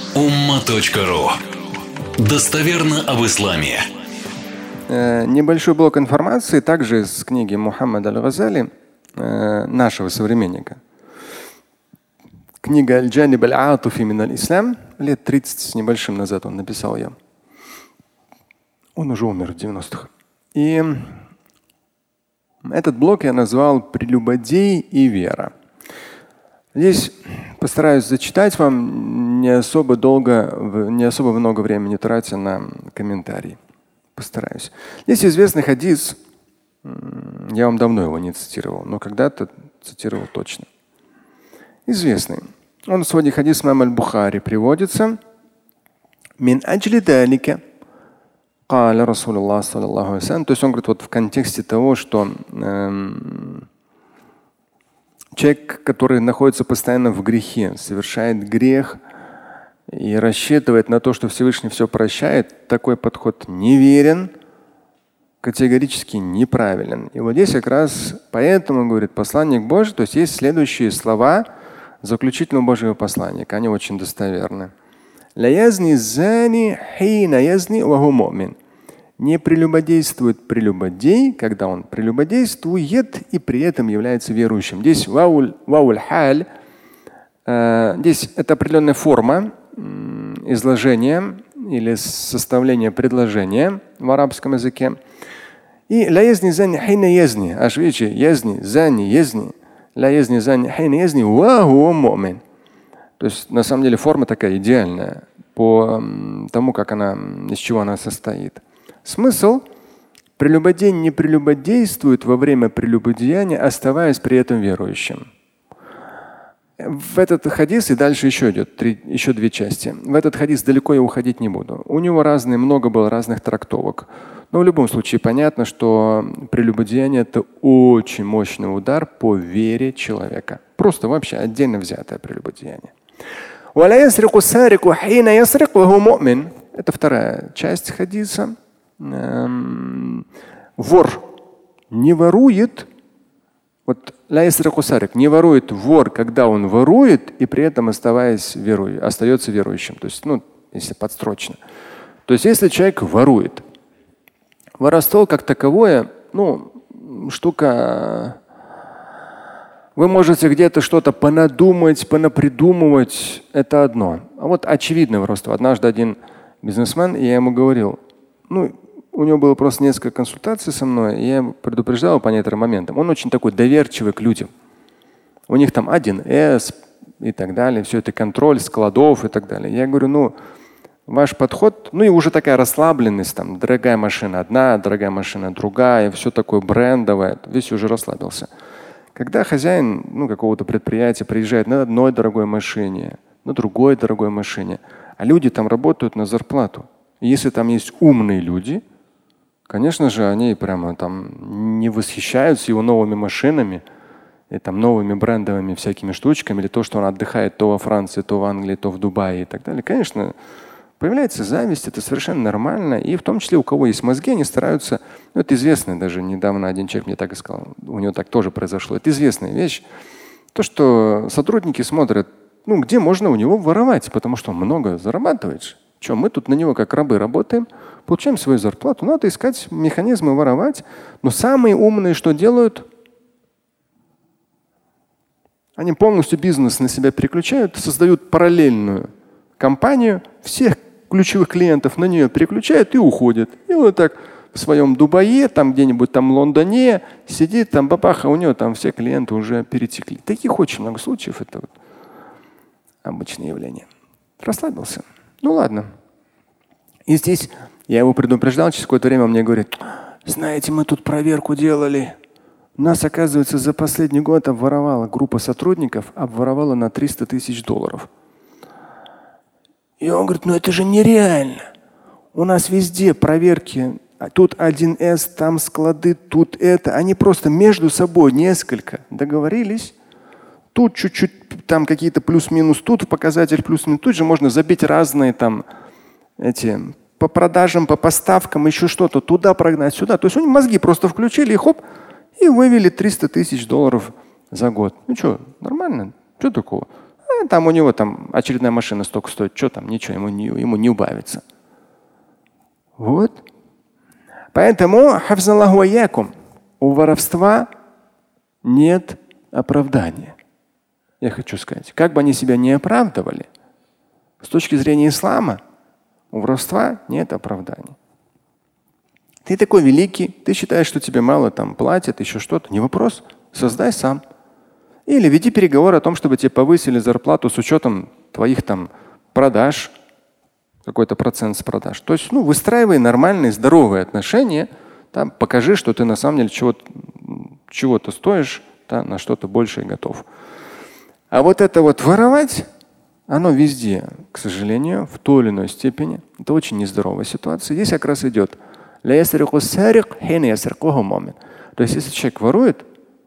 umma.ru. Достоверно об исламе. Небольшой блок информации также из книги Мухаммада Аль-Газали, нашего современника. Книга Аль-Джаниб Аль-Атуфи мин Аль-Ислам. Лет 30 с небольшим назад он написал ее. Он уже умер в 90-х. И этот блок я назвал «Прелюбодей и вера». Здесь постараюсь зачитать вам, не особо много времени тратя на комментарии. Постараюсь. Здесь известный хадис, я вам давно его не цитировал, но когда-то цитировал точно. Известный. Он в своде хадис имам Аль-Бухари приводится. Мин аджли далика. Каля Расулуллах саллаллаху алейхи ва саллям. То есть он говорит вот в контексте того, что человек, который находится постоянно в грехе, совершает грех и рассчитывает на то, что Всевышний все прощает, такой подход неверен, категорически неправилен. И вот здесь как раз поэтому говорит посланник Божий, то есть есть следующие слова заключительного Божьего посланника, они очень достоверны. Не прелюбодействует прелюбодей, когда он прелюбодействует и при этом является верующим. Здесь вауль халь, здесь это определенная форма изложения или составления предложения в арабском языке. И ла язни зани хайна язни. Аж видите, язни, зани, язни. Ла язни зани хайна язни ва хуа му'мин. То есть на самом деле форма такая идеальная по тому, как она, из чего она состоит. Смысл: прелюбодей не прелюбодействует во время прелюбодеяния, оставаясь при этом верующим. В этот хадис, и дальше еще идет еще две части. В этот хадис далеко я уходить не буду. У него много было разных трактовок. Но в любом случае понятно, что прелюбодеяние – это очень мощный удар по вере человека. Просто вообще отдельно взятое прелюбодеяние. Это вторая часть хадиса. Вор не ворует. Вот не ворует вор, когда он ворует и при этом остается верующим. То есть, если подстрочно. То есть, если человек ворует, воровство как таковое, штука. Вы можете где-то что-то понадумать, понапридумывать, это одно. А вот очевидное воровство. Однажды один бизнесмен, я ему говорил, у него было просто несколько консультаций со мной, и я предупреждал его по некоторым моментам. Он очень такой доверчивый к людям. У них там 1С и так далее, все это контроль складов и так далее. Я говорю, ваш подход, и уже такая расслабленность, там, дорогая машина одна, дорогая машина другая, все такое брендовое, весь уже расслабился. Когда хозяин какого-то предприятия приезжает на одной дорогой машине, на другой дорогой машине, а люди там работают на зарплату. И если там есть умные люди, конечно же, они прямо там не восхищаются его новыми машинами и там новыми брендовыми всякими штучками, или то, что он отдыхает то во Франции, то в Англии, то в Дубае и так далее. Конечно, появляется зависть, это совершенно нормально. И в том числе у кого есть мозги, они стараются, это известно, даже недавно один человек мне так и сказал, у него так тоже произошло. Это известная вещь. То, что сотрудники смотрят, где можно у него воровать, потому что он много зарабатывает. Что, мы тут на него как рабы работаем, получаем свою зарплату. Надо искать механизмы воровать. Но самые умные что делают? Они полностью бизнес на себя переключают, создают параллельную компанию, всех ключевых клиентов на нее переключают и уходят. И вот так в своем Дубае, там где-нибудь там в Лондоне сидит, там бабаха, у него там все клиенты уже перетекли. Таких очень много случаев. Это вот обычное явление. Расслабился. Ладно. И здесь я его предупреждал, через какое-то время он мне говорит, знаете, мы тут проверку делали. Нас, оказывается, за последний год обворовала группа сотрудников, обворовала на $300 тысяч. И он говорит, это же нереально. У нас везде проверки. Тут 1С, там склады, тут это. Они просто между собой несколько договорились. Тут чуть-чуть, там какие-то плюс-минус, тут показатель плюс-минус. Тут же можно забить разные там по продажам, по поставкам, еще что-то. Туда прогнать, сюда. То есть у них мозги просто включили и хоп, и вывели $300 тысяч за год. Что, нормально? Что такого? там у него там очередная машина столько стоит, что там, ничего, ему не убавится. Вот. Поэтому, хафзаллаху ва иякум, у воровства нет оправдания. Я хочу сказать, как бы они себя не оправдывали, с точки зрения ислама, у воровства нет оправдания. Ты такой великий, ты считаешь, что тебе мало там платят, еще что-то, не вопрос, создай сам. Или веди переговоры о том, чтобы тебе повысили зарплату с учетом твоих там продаж, какой-то процент с продаж. То есть, выстраивай нормальные, здоровые отношения, там, покажи, что ты на самом деле чего-то стоишь, да, на что-то большее готов. А вот это вот воровать, оно везде, к сожалению, в той или иной степени. Это очень нездоровая ситуация. Здесь как раз идет. То есть, если человек ворует,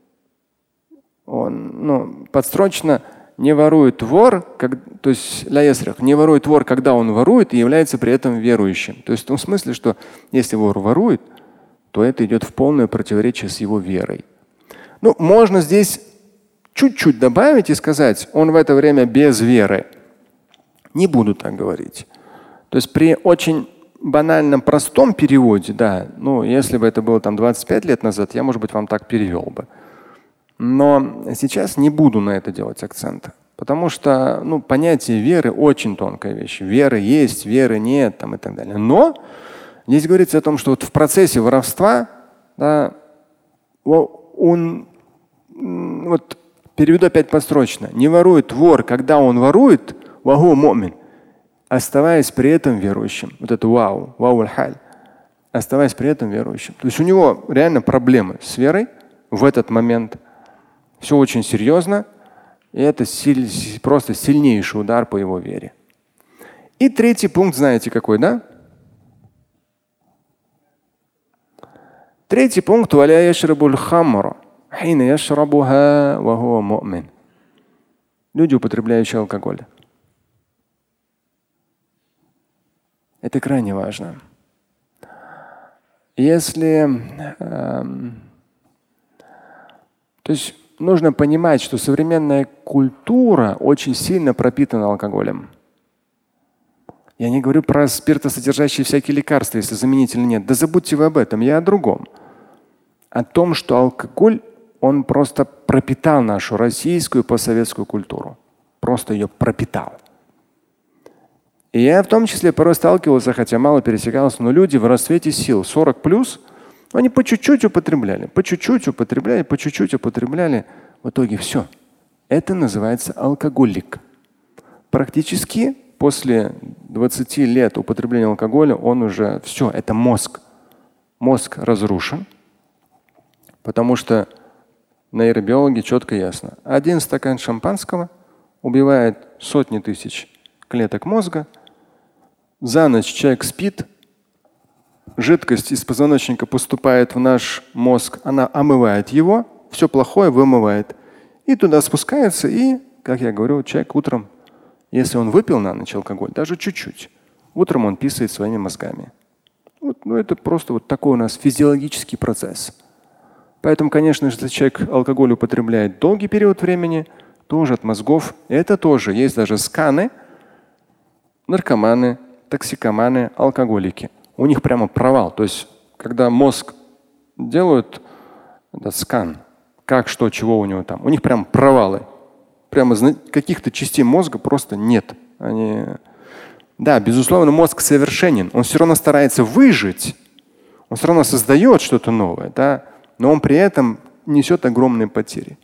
он подстрочно не ворует вор, то есть не ворует вор, когда он ворует и является при этом верующим. То есть в том смысле, что если вор ворует, то это идет в полное противоречие с его верой. Можно здесь чуть-чуть добавить и сказать, он в это время без веры. Не буду так говорить. То есть при очень банальном, простом переводе, да, если бы это было там 25 лет назад, я, может быть, вам так перевел бы. Но сейчас не буду на это делать акцент. Потому что понятие веры очень тонкая вещь. Вера есть, веры нет там, и так далее. Но здесь говорится о том, что вот в процессе воровства, да, он, переведу опять подстрочно, не ворует вор, когда он ворует, ваху му'мин, оставаясь при этом верующим. Вот это вау аль-халь. Оставаясь при этом верующим. То есть у него реально проблемы с верой в этот момент. Все очень серьезно. И это просто сильнейший удар по его вере. И третий пункт, знаете какой, да? Третий пункт. Люди, употребляющие алкоголь. Это крайне важно. Если, то есть нужно понимать, что современная культура очень сильно пропитана алкоголем. Я не говорю про спиртосодержащие всякие лекарства, если заменителей нет. Да забудьте вы об этом. Я о другом. О том, что алкоголь, он просто пропитал нашу российскую постсоветскую культуру. Просто ее пропитал. И я в том числе порой сталкивался, хотя мало пересекался, но люди в расцвете сил 40+, они по чуть-чуть употребляли, по чуть-чуть употребляли. В итоге все. Это называется алкоголик. Практически после 20 лет употребления алкоголя он уже все, это мозг. Мозг разрушен, потому что нейробиологи четко и ясно. 1 стакан шампанского убивает сотни тысяч клеток мозга. За ночь человек спит, жидкость из позвоночника поступает в наш мозг, она омывает его, все плохое вымывает. И туда спускается, и, как я говорю, человек утром, если он выпил на ночь алкоголь, даже чуть-чуть, утром он писает своими мозгами. Это просто такой у нас физиологический процесс. Поэтому, конечно, если человек алкоголь употребляет долгий период времени, тоже от мозгов, это тоже есть даже сканы, наркоманы, токсикоманы, алкоголики. У них прямо провал. То есть, когда мозг делают этот скан, как, что, чего у него там, у них прям провалы. Прямо каких-то частей мозга просто нет. Да, безусловно, мозг совершенен. Он все равно старается выжить. Он все равно создает что-то новое, да? Но он при этом несет огромные потери.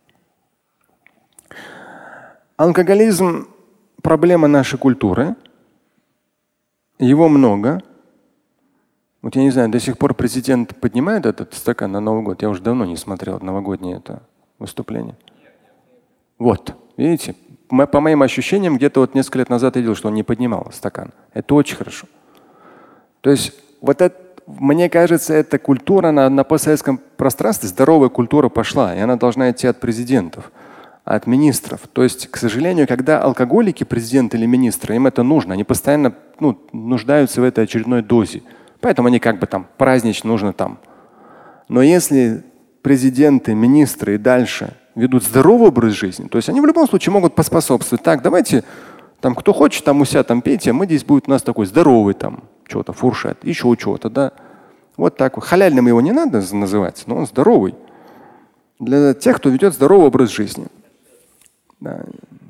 Алкоголизм – проблема нашей культуры. Его много. Вот я не знаю, до сих пор президент поднимает этот стакан на Новый год. Я уже давно не смотрел новогоднее это выступление. Вот, видите, по моим ощущениям, где-то несколько лет назад я видел, что он не поднимал стакан. Это очень хорошо. То есть мне кажется, эта культура на постсоветском пространстве, здоровая культура пошла, и она должна идти от президентов, от министров. То есть, к сожалению, когда алкоголики, президент или министры, им это нужно, они постоянно нуждаются в этой очередной дозе. Поэтому они празднично нужно там. Но если президенты, министры и дальше ведут здоровый образ жизни, то есть они в любом случае могут поспособствовать. Так, давайте, там, кто хочет, там у себя там пейте, а мы здесь будет у нас такой здоровый там что-то, фуршет, еще что-то, да. Вот так. Халяльным его не надо называть, но он здоровый. Для тех, кто ведет здоровый образ жизни. Да.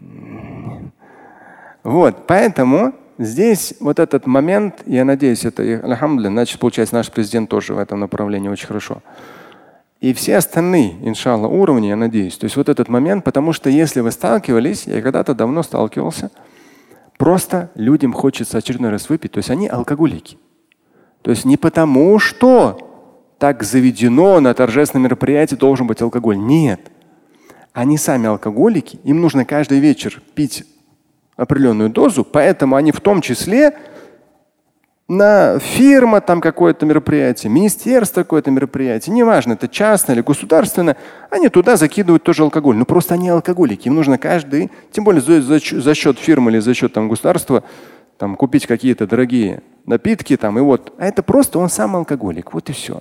Вот, поэтому здесь вот этот момент, я надеюсь, это, альхамдулилля, значит, получается, наш президент тоже в этом направлении очень хорошо. И все остальные, иншалла, уровни, я надеюсь. То есть вот этот момент, потому что если вы сталкивались, я когда-то давно сталкивался, просто людям хочется очередной раз выпить, то есть они алкоголики. То есть не потому, что так заведено на торжественном мероприятии должен быть алкоголь. Нет. Они сами алкоголики, им нужно каждый вечер пить определенную дозу, поэтому они в том числе на фирма там какое-то мероприятие, министерство какое-то мероприятие, неважно, это частное или государственное, они туда закидывают тоже алкоголь. Но просто они алкоголики. Им нужно каждый, тем более за счет фирмы или за счет там, государства, там, купить какие-то дорогие напитки. Там, и вот. А это просто он сам алкоголик. Вот и все.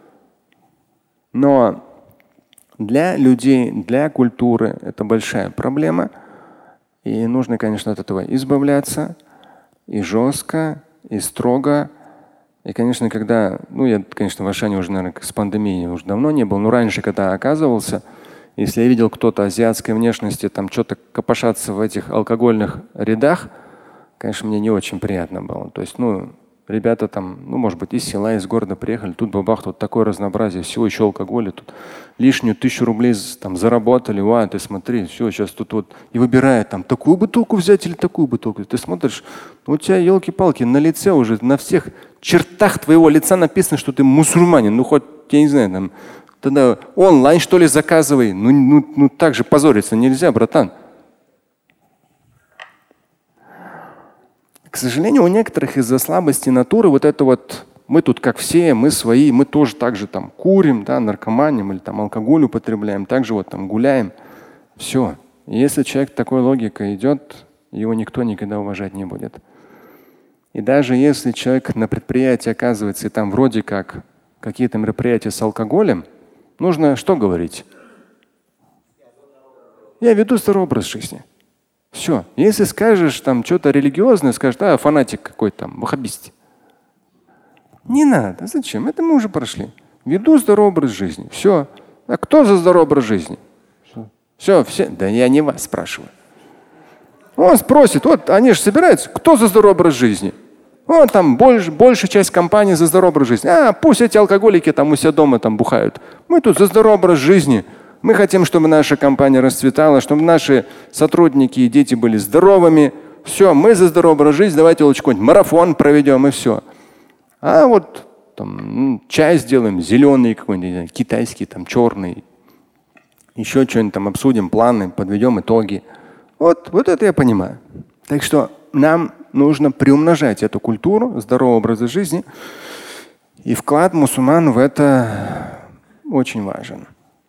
Но для людей, для культуры это большая проблема. И нужно, конечно, от этого избавляться. И жестко, и строго. И, конечно, когда, я, конечно, в Ашане уже, наверное, с пандемией уже давно не был, но раньше, когда оказывался, если я видел кто-то азиатской внешности, там что-то копошаться в этих алкогольных рядах, конечно, мне не очень приятно было. То есть, ребята там, может быть, из села, из города приехали, тут бабах, тут такое разнообразие, всего еще алкоголя, тут лишнюю 1000 рублей там заработали, ты смотри, все, сейчас тут вот, и выбирают там такую бутылку взять или такую бутылку. Ты смотришь, у тебя елки-палки на лице уже, на всех чертах твоего лица написано, что ты мусульманин, хоть, я не знаю, там, тогда онлайн что ли заказывай, так же позориться нельзя, братан. К сожалению, у некоторых из-за слабости натуры вот это вот мы тут как все, мы свои, мы тоже так же там курим, да, наркоманим или там алкоголь употребляем, также вот там гуляем. Все. И если человек такой логикой идет, его никто никогда уважать не будет. И даже если человек на предприятии оказывается и там вроде как какие-то мероприятия с алкоголем, нужно что говорить? Я веду здоровый образ жизни. Все. Если скажешь там что-то религиозное, скажешь, фанатик какой-то там, ваххабист. Не надо. Зачем? Это мы уже прошли. Веду здоровый образ жизни. Все. А кто за здоровый образ жизни? Все. Да я не вас спрашиваю. Он спросит, вот они же собираются, кто за здоровый образ жизни? Вот там большая часть компании за здоровый образ жизни. Пусть эти алкоголики там у себя дома там бухают. Мы тут за здоровый образ жизни. Мы хотим, чтобы наша компания расцветала, чтобы наши сотрудники и дети были здоровыми. Все, мы за здоровый образ жизни, давайте лучше какой-нибудь марафон проведем и все. А вот там, чай сделаем, зеленый какой-нибудь, китайский, там, черный. Еще что-нибудь там обсудим, планы, подведем итоги. Вот это я понимаю. Так что нам нужно приумножать эту культуру здорового образа жизни. И вклад мусульман в это очень важен.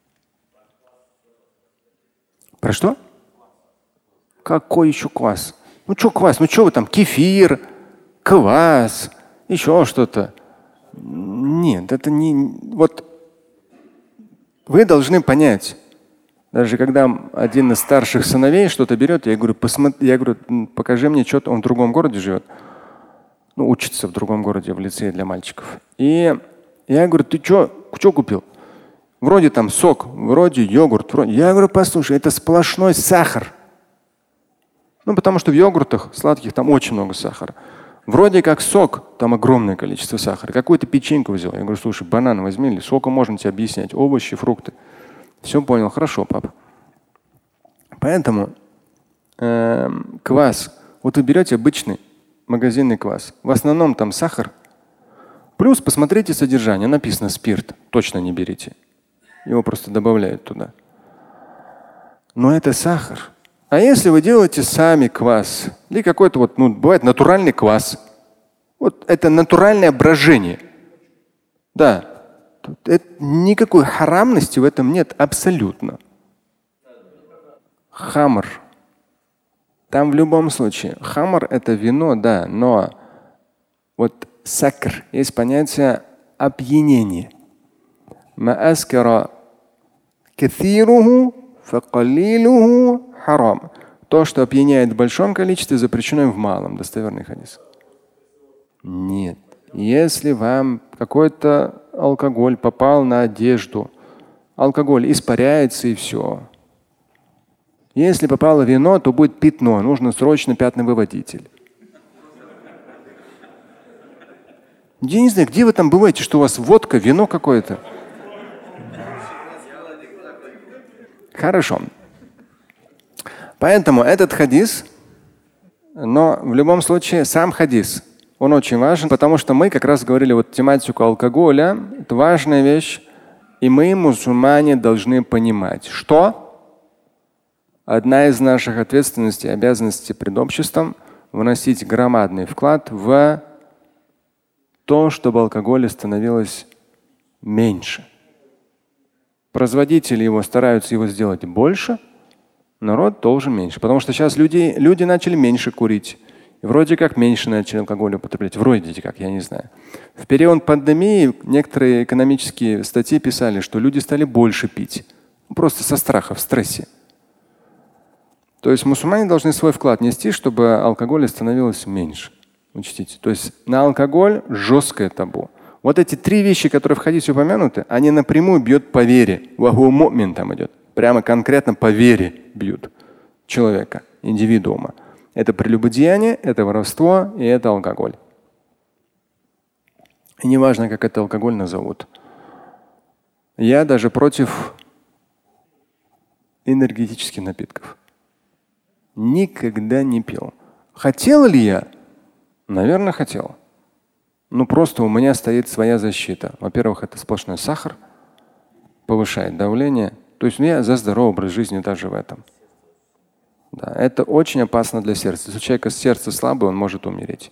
Про что? Какой еще квас? Что квас? Что вы там? Кефир, квас, еще что-то. Нет, это не… Вот вы должны понять, даже когда один из старших сыновей что-то берет, я говорю, покажи мне что-то, он в другом городе живет, учится в другом городе в лицее для мальчиков. И я говорю, ты что купил? Вроде там сок, вроде йогурт. Я говорю, послушай, это сплошной сахар. Потому что в йогуртах сладких там очень много сахара. Вроде как сок, там огромное количество сахара. Какую-то печеньку взял. Я говорю, слушай, банан возьми, или сколько можно тебе объяснять? Овощи, фрукты. Все понял, хорошо, папа. Поэтому квас. Вот вы берете обычный магазинный квас. В основном там сахар. Плюс посмотрите содержание. Написано спирт. Точно не берите. Его просто добавляют туда. Но это сахар. А если вы делаете сами квас, или какой-то бывает натуральный квас, вот это натуральное брожение. Да. Никакой харамности в этом нет абсолютно. Хамр. Там в любом случае. Хамр – это вино, да, но вот сакр, есть понятие опьянения. Мааскара каthируху факалилуху харам. То, что опьяняет в большом количестве, запрещено и в малом. Достоверный хадис. Нет. Если вам какой-то алкоголь попал на одежду, алкоголь испаряется и все. Если попало вино, то будет пятно. Нужно срочно пятновыводитель. Я не знаю, где вы там бываете, что у вас водка, вино какое-то. Хорошо. Поэтому этот хадис, но в любом случае сам хадис, он очень важен, потому что мы как раз говорили вот тематику алкоголя. Это важная вещь. И мы, мусульмане, должны понимать, что одна из наших ответственностей, обязанностей пред обществом – вносить громадный вклад в то, чтобы алкоголя становилось меньше. Производители его стараются его сделать больше, народ должен меньше. Потому что сейчас люди начали меньше курить. И вроде как меньше начали алкоголь употреблять. Вроде как, я не знаю. В период пандемии некоторые экономические статьи писали, что люди стали больше пить. Просто со страха, в стрессе. То есть мусульмане должны свой вклад нести, чтобы алкоголя становилось меньше. Учтите. То есть на алкоголь жесткое табу. Вот эти три вещи, которые в хадисе упомянуты, они напрямую бьют по вере. Ваху му'мин там идет. Прямо конкретно по вере бьют человека, индивидуума. Это прелюбодеяние, это воровство и это алкоголь. И неважно, как это алкоголь назовут. Я даже против энергетических напитков. Никогда не пил. Хотел ли я? Наверное, хотел. Но просто у меня стоит своя защита. Во-первых, это сплошной сахар, повышает давление. То есть я за здоровый образ жизни даже в этом. Да, это очень опасно для сердца. Если у человека сердце слабое, он может умереть.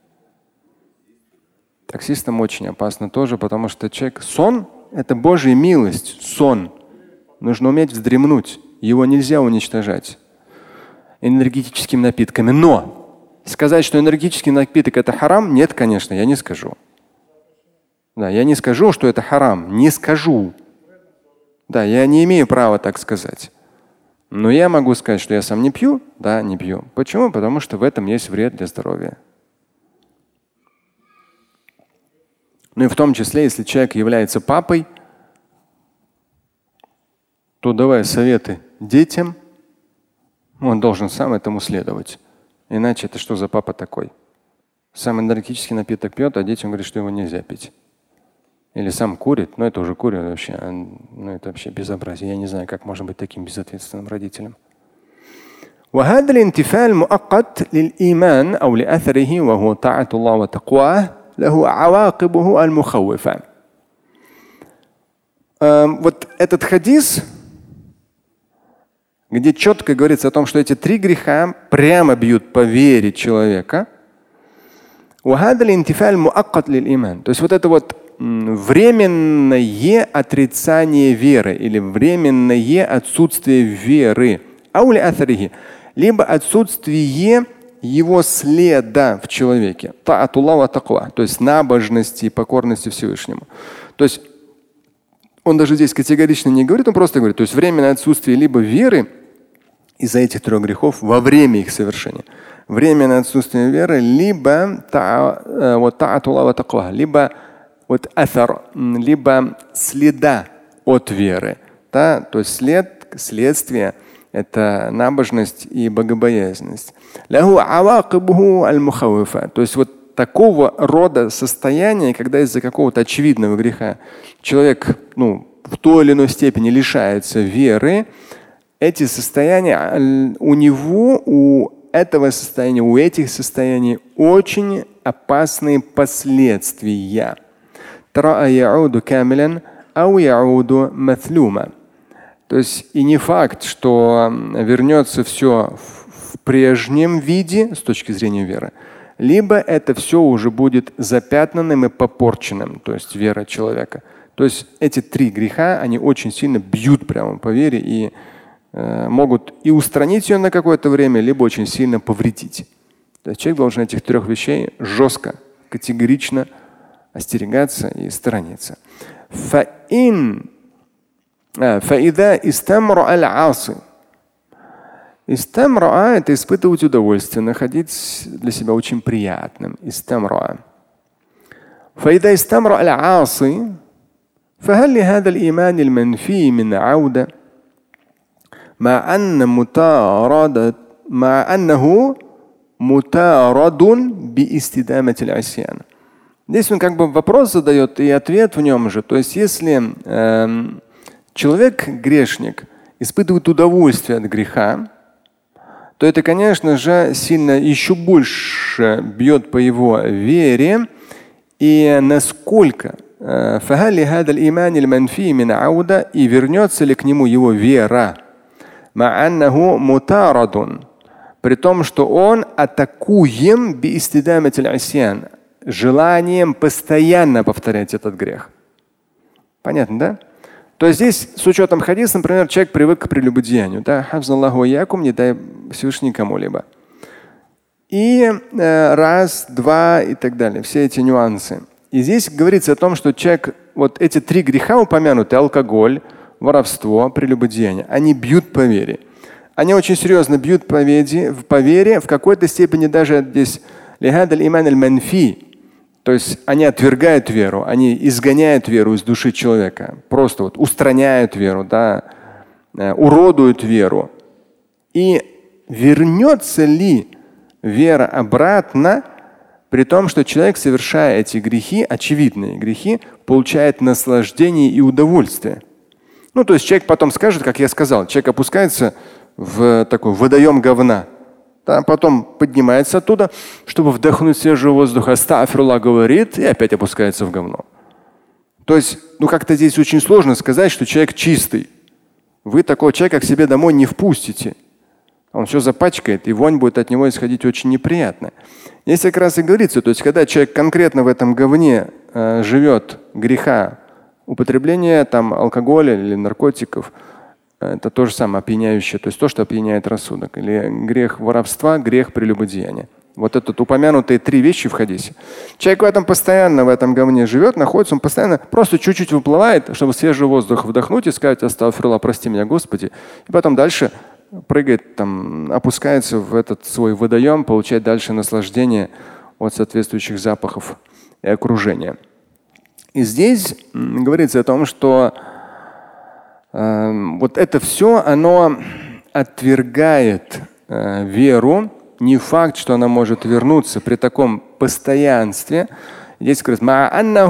Таксистам очень опасно тоже, потому что сон – это Божья милость. Сон. Нужно уметь вздремнуть. Его нельзя уничтожать энергетическими напитками. Но сказать, что энергетический напиток – это харам, нет, конечно, я не скажу. Да, я не скажу, что это харам. Не скажу. Да, я не имею права так сказать. Но я могу сказать, что я сам не пью. Да, не пью. Почему? Потому что в этом есть вред для здоровья. Ну и в том числе, если человек является папой, то давай советы детям. Он должен сам этому следовать. Иначе это что за папа такой? Сам энергетический напиток пьет, а детям говорит, что его нельзя пить. Или сам курит, но это уже курит вообще. Ну это вообще безобразие. Я не знаю, как можно быть таким безответственным родителем. وهذا الانتفاع المؤقت للإيمان أو لأثره وهو طاعة الله وتقواه له عواقبه المخوفة. Вот этот хадис, где четко говорится о том, что эти три греха прямо бьют по вере человека. وهذا الانتفاع المؤقت للإيمان. То есть вот это вот временное отрицание веры или временное отсутствие веры, либо отсутствие его следа в человеке, то есть набожности и покорности Всевышнему. То есть он даже здесь категорично не говорит, он просто говорит, то есть временное отсутствие либо веры из-за этих трех грехов во время их совершения, временное отсутствие веры, либо либо аthar, либо следа от веры. Да? То есть следствие – это набожность и богобоязненность. То есть вот такого рода состояние, когда из-за какого-то очевидного греха человек в той или иной степени лишается веры, эти состояния у этого состояния, у этих состояний очень опасные последствия. То есть и не факт, что вернется все в прежнем виде с точки зрения веры, либо это все уже будет запятнанным и попорченным, то есть вера человека. То есть эти три греха, они очень сильно бьют прямо по вере и могут и устранить ее на какое-то время, либо очень сильно повредить. То есть человек должен этих трех вещей жестко, категорично остерегаться и сторониться. فإذا استمرأ العاصي. Истамра – это испытывать удовольствие, находить для себя очень приятным. Истамра. فإذا استمرأ العاصي فهل لهذا الإيمان المنفي من عودة مع أنه متارد باستدامة العصيان. Здесь он как бы вопрос задает и ответ в нем же. То есть если человек, грешник, испытывает удовольствие от греха, то это, конечно же, сильно еще больше бьет по его вере. И насколько и вернется ли к нему его вера, при том, что он атакуем желанием постоянно повторять этот грех. Понятно, да? То есть здесь с учетом хадиса, например, человек привык к прелюбодеянию, да, хафзаллаху якум, не дай Всевышний кому-либо. И раз, два и так далее, все эти нюансы. И здесь говорится о том, что человек, вот эти три греха упомянуты, алкоголь, воровство, прелюбодеяние, они бьют по вере. Они очень серьезно бьют по вере, в какой-то степени даже здесь иман аль-манфи. То есть они отвергают веру, они изгоняют веру из души человека, просто вот устраняют веру, да, уродуют веру. И вернется ли вера обратно, при том, что человек, совершая эти грехи, очевидные грехи, получает наслаждение и удовольствие. Ну, то есть человек потом скажет, как я сказал, человек опускается в такой водоем говна. Да, потом поднимается оттуда, чтобы вдохнуть свежий воздух, астафируллах говорит и опять опускается в говно. То есть, как-то здесь очень сложно сказать, что человек чистый. Вы такого человека к себе домой не впустите. Он все запачкает, и вонь будет от него исходить очень неприятно. Здесь как раз и говорится, то есть когда человек конкретно в этом говне живет греха, употребление там алкоголя или наркотиков, это то же самое опьяняющее, то есть то, что опьяняет рассудок. Или грех воровства, грех прелюбодеяния. Вот это упомянутые три вещи в хадисе. Человек постоянно в этом говне живет, находится, он постоянно просто чуть-чуть выплывает, чтобы свежий воздух вдохнуть и сказать: астафируллах, прости меня, Господи. И потом дальше прыгает, там, опускается в этот свой водоем, получает дальше наслаждение от соответствующих запахов и окружения. И здесь говорится о том, что вот это все, оно отвергает веру. Не факт, что она может вернуться при таком постоянстве. Здесь говорится: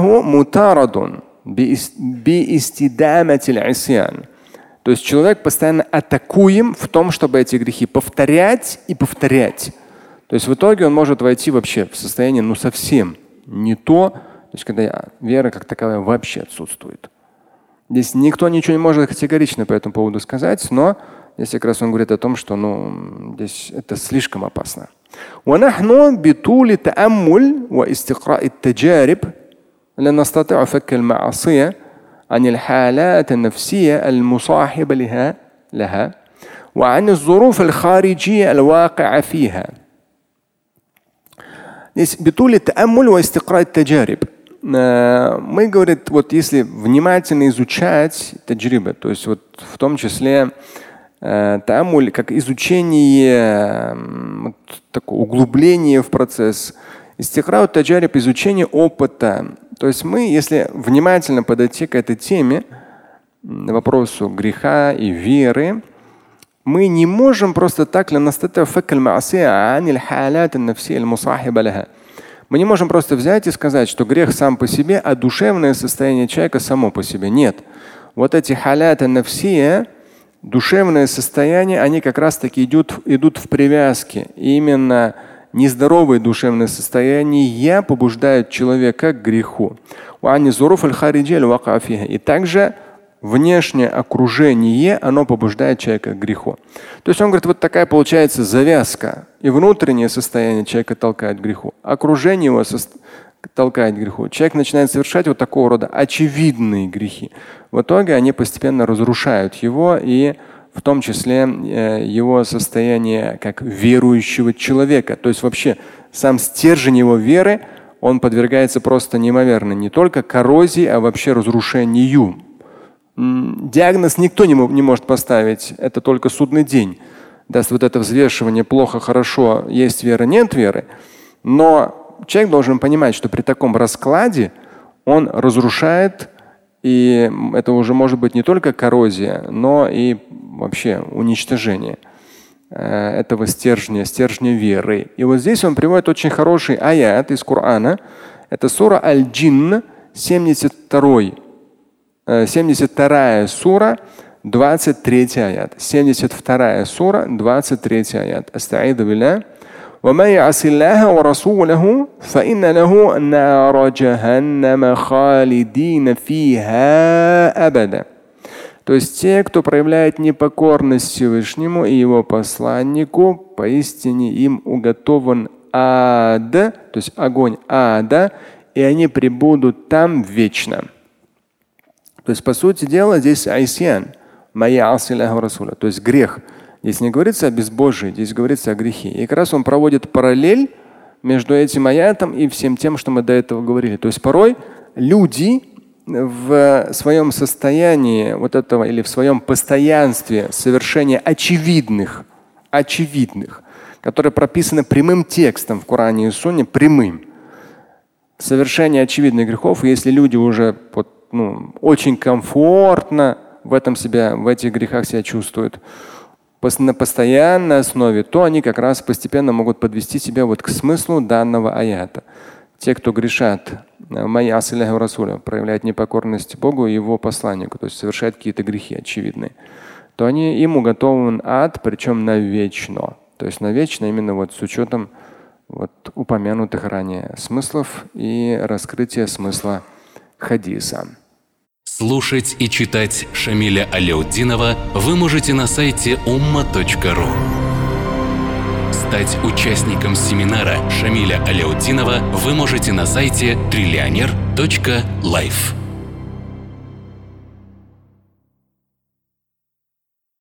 то есть человек постоянно атакуем в том, чтобы эти грехи повторять и повторять. То есть в итоге он может войти вообще в состояние совсем не то, есть когда вера как таковая вообще отсутствует. Здесь никто ничего не может категорично по этому поводу сказать, но здесь как раз он говорит о том, что здесь это слишком опасно. عن الحالات النفسية المصاحبة لها وعن الظروف الخارجية الواقعة فيها. Здесь بطول التأمل واستقراء التجارب. Мы, говорит, вот если внимательно изучать таджриба, то есть вот в том числе таамуль, как изучение, такое углубление в процесс, истикрау таджариб, изучение опыта. То есть мы, если внимательно подойти к этой теме, вопросу греха и веры, мы не можем просто так мы не можем просто взять и сказать, что грех сам по себе, а душевное состояние человека само по себе. Нет. Вот эти халята нафсия, душевное состояние, они как раз таки идут в привязке. И именно нездоровые душевные состояния побуждают человека к греху. И также внешнее окружение, оно побуждает человека к греху. То есть он говорит, вот такая получается завязка. И внутреннее состояние человека толкает к греху. Окружение его толкает к греху. Человек начинает совершать вот такого рода очевидные грехи. В итоге они постепенно разрушают его, и в том числе его состояние как верующего человека. То есть вообще сам стержень его веры, он подвергается просто неимоверно не только коррозии, а вообще разрушению. диагноз никто не может поставить, это только судный день. Даст вот это взвешивание плохо, хорошо, есть вера, нет веры. Но человек должен понимать, что при таком раскладе он разрушает, и это уже может быть не только коррозия, но и вообще уничтожение этого стержня веры. И вот здесь он приводит очень хороший аят из Корана. Это сура Аль-Джинн, 72 сура, 23 аят. 72 сура, 23 аят. Астаиду билля. وَمَن يَعْصِ اللَّهَ وَرَسُولَهُ فَإِنَّ لَهُ نَارَ جَهَنَّمَ خَالِدِينَ فِيهَا أَبَدًا. То есть те, кто проявляет непокорность Всевышнему и его посланнику, поистине им уготован ад, то есть огонь ада, и они пребудут там вечно. То есть, по сути дела, здесь айсьян, то есть грех. Здесь не говорится о безбожии, здесь говорится о грехе. И как раз он проводит параллель между этим аятом и всем тем, что мы до этого говорили. То есть порой люди в своем состоянии вот этого или в своем постоянстве совершения очевидных, которые прописаны прямым текстом в Коране и Сунне, прямым. Совершение очевидных грехов, если люди уже очень комфортно в этих грехах себя чувствуют на постоянной основе, то они как раз постепенно могут подвести себя к смыслу данного аята. Те, кто грешат, проявляют непокорность Богу и его посланнику, то есть совершают какие-то грехи очевидные, то им уготован ад, причем навечно. То есть навечно именно с учетом упомянутых ранее смыслов и раскрытия смысла хадиса. Слушать и читать Шамиля Аляутдинова вы можете на сайте umma.ru. Стать участником семинара Шамиля Аляутдинова вы можете на сайте trillioner.life.